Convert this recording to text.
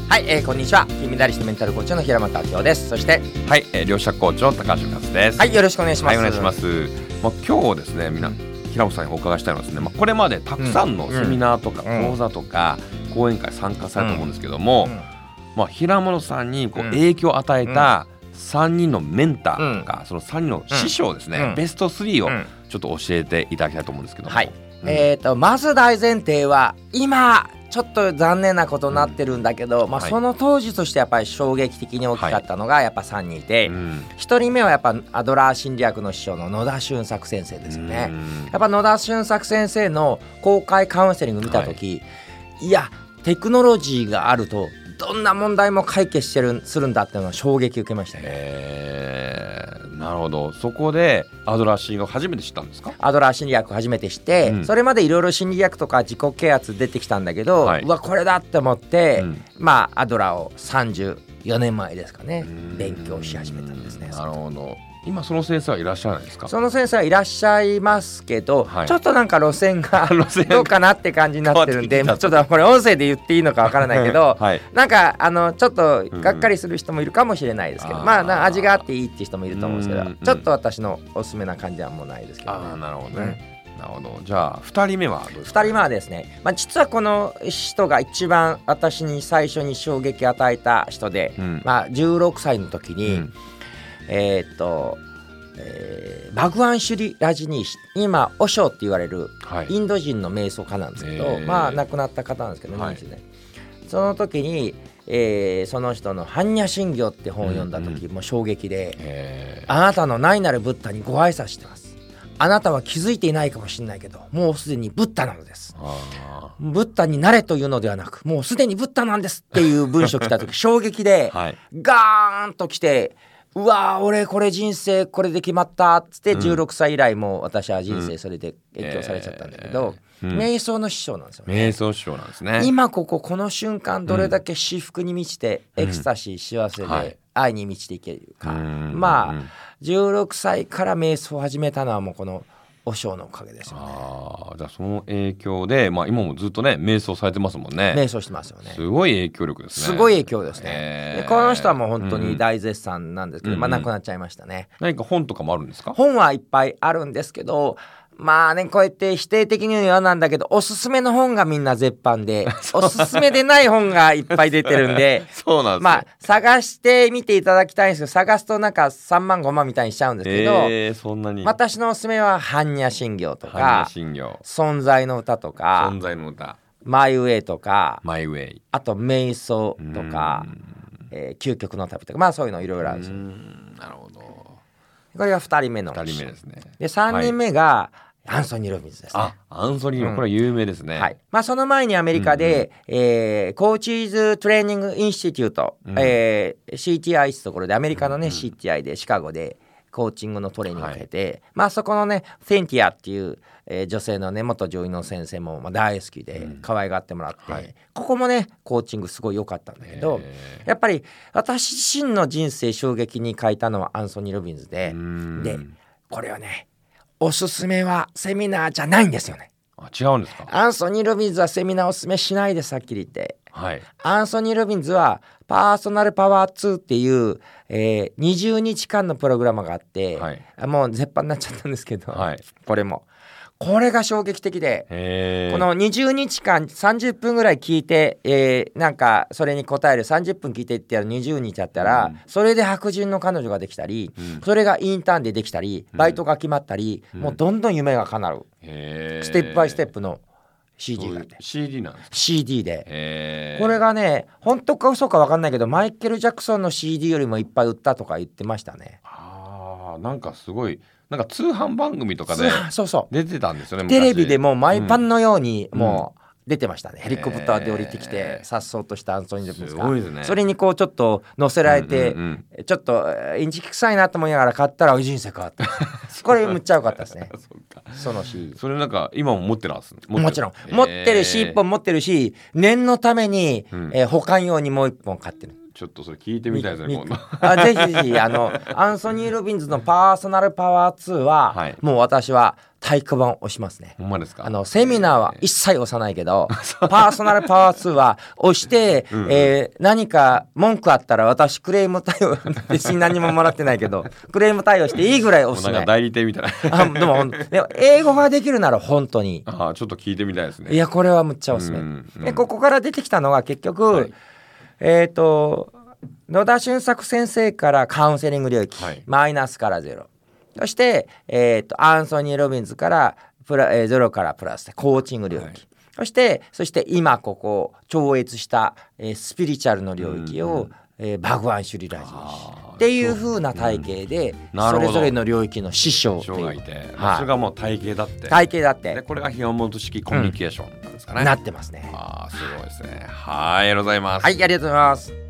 はい、こんにちは。金メダリストメンタルコーチの平本明夫です。そしてはい、両者コーチの高橋和です。 はい、よろしくお願いします。 はい、お願いします。今日ですね、平本さんにお伺いしたいのはですね、これまでたくさんのセミナーとか講座とか講演会参加されたと思うんですけども、平本さんに影響を与えた3人のメンターとか、その3人の師匠ですね、ベスト3をちょっと教えていただきたいと思うんですけども、 はい、まず大前提は今ちょっと残念なことになってるんだけど、その当時としてやっぱり衝撃的に大きかったのがやっぱ3人いて、1人目はやっぱアドラー心理学の師匠の野田俊作先生ですよね。やっぱ野田俊作先生の公開カウンセリング見た時、いやテクノロジーがあるとどんな問題も解決するんだっていうのは衝撃を受けましたね。 なるほど。そこでアドラー心理学初めて知ったんですか？ アドラー心理学初めて知って、それまでいろいろ心理学とか自己啓発出てきたんだけど、うわこれだって思って、アドラーを34年前ですかね勉強し始めたんですね。 なるほど。今その先生はいらっしゃらないですか？ その先生はいらっしゃいますけど、ちょっとなんか路線がどうかなって感じになってるんで、ちょっとこれ音声で言っていいのかわからないけど、なんかちょっとがっかりする人もいるかもしれないですけど、味があっていいっていう人もいると思うんですけど、ちょっと私のおすすめな感じはもうないですけどね。 なるほどね。なるほど。じゃあ2人目はどうですか？ 2人目はですね、実はこの人が一番私に最初に衝撃を与えた人で、16歳の時に、バグワン・シュリ・ラジニーシ、今オショーって言われるインド人の瞑想家なんですけど、亡くなった方なんですけど、その時に、その人の般若心経って本を読んだ時、もう衝撃で、あなたの内なるブッダにご挨拶してます。あなたは気づいていないかもしれないけど、もうすでにブッダなのです。ブッダになれというのではなく、もうすでにブッダなんですっていう文章来た時衝撃で、ガーンと来て、うわ俺これ人生これで決まったっつって、16歳以来もう私は人生それで影響されちゃったんだけど、瞑想の師匠なんですよね。 瞑想師匠なんですね。 今この瞬間どれだけ至福に満ちて、エクスタシー幸せで愛に満ちていけるか、16歳から瞑想を始めたのはもうこのお正のおかげですよね。 じゃあその影響で、今もずっとね瞑想されてますもんね。 瞑想してますよね。 すごい影響力ですね。 すごい影響ですね。でこの人はもう本当に大絶賛なんですけど、亡くなっちゃいましたね。 何か本とかもあるんですか？ 本はいっぱいあるんですけど、こうやって否定的に言うのはなんだけど、おすすめの本がみんな絶版でおすすめでない本がいっぱい出てるんでそうなんですね。 探してみていただきたいんですけど、探すとなんか3万5万みたいにしちゃうんですけど、 そんなに私のおすすめは般若心経とか存在の歌とかマイウェイとか、あと瞑想とか、究極の旅とか、そういうのいろいろあるんですよ。 なるほど。 これが2人目の 2人目ですね。 で3人目が、アンソニー・ロビンズですね。 アンソニー、これは有名ですね。 その前にアメリカで、コーチーズ・トレーニング・インスティテュート、CTI ってところで、アメリカのね、CTI でシカゴでコーチングのトレーニングを受けて、そこのねフェンティアっていう、女性のね元女医の先生も大好きで可愛がってもらって、ここもねコーチングすごい良かったんだけど、やっぱり私自身の人生衝撃に書いたのはアンソニー・ロビンズで、これはねおすすめはセミナーじゃないんですよね。 違うんですか？ アンソニー・ロビンズはセミナーおすすめしないです、はっきり言って。アンソニー・ロビンズはパーソナルパワー2っていう、20日間のプログラムがあって、もう絶版になっちゃったんですけど、これが衝撃的で、この20日間30分ぐらい聞いて、なんかそれに答える30分聞いてってやる20日だったら、それで白人の彼女ができたり、それがインターンでできたり、バイトが決まったり、もうどんどん夢が叶う、ステップバイステップの CD があって、 CD なんですか？ CD で、これがね本当か嘘か分かんないけど、マイケル・ジャクソンの CD よりもいっぱい売ったとか言ってましたね。 なんかすごいなんか通販番組とかで出てたんですよね。 テレビでもう毎晩のようにもう出てましたね。ヘリコプターで降りてきて颯爽としたアンソニー・ロビンズが、 すごいですね。それにこうちょっと乗せられて、ちょっとインチキ臭いなと思いながら買ったら人生変わったこれむっちゃ良かったですねそのシーン。 それなんか今も持ってるんです？ もちろん持ってるし、1本持ってるし、念のために、保管用にもう1本買ってる。 ちょっとそれ聞いてみたいですね、今度。 ぜひぜひアンソニー・ロビンズのパーソナルパワー2は、もう私は太鼓判を押しますね。 ほんまですか？ セミナーは一切押さないけどパーソナルパワー2は押して、何か文句あったら私クレーム対応別に何ももらってないけどクレーム対応していいぐらい押すね。 なんか代理店みたいなでも英語ができるなら本当にちょっと聞いてみたいですね。 いやこれはむっちゃおすすめ。でここから出てきたのが結局、野田俊作先生からカウンセリング領域、マイナスからゼロ、そして、アンソニー・ロビンズからゼロからプラスでコーチング領域、そして今ここ超越した、スピリチュアルの領域を、バグワン・シュリラジーっていう風な体系で、それぞれの領域の師匠がいて、それがもう体系だってでこれが平本式コミュニケーションなんですかね、 なってますね。 すごいですね。はい、ありがとうございます。 はい、ありがとうございます。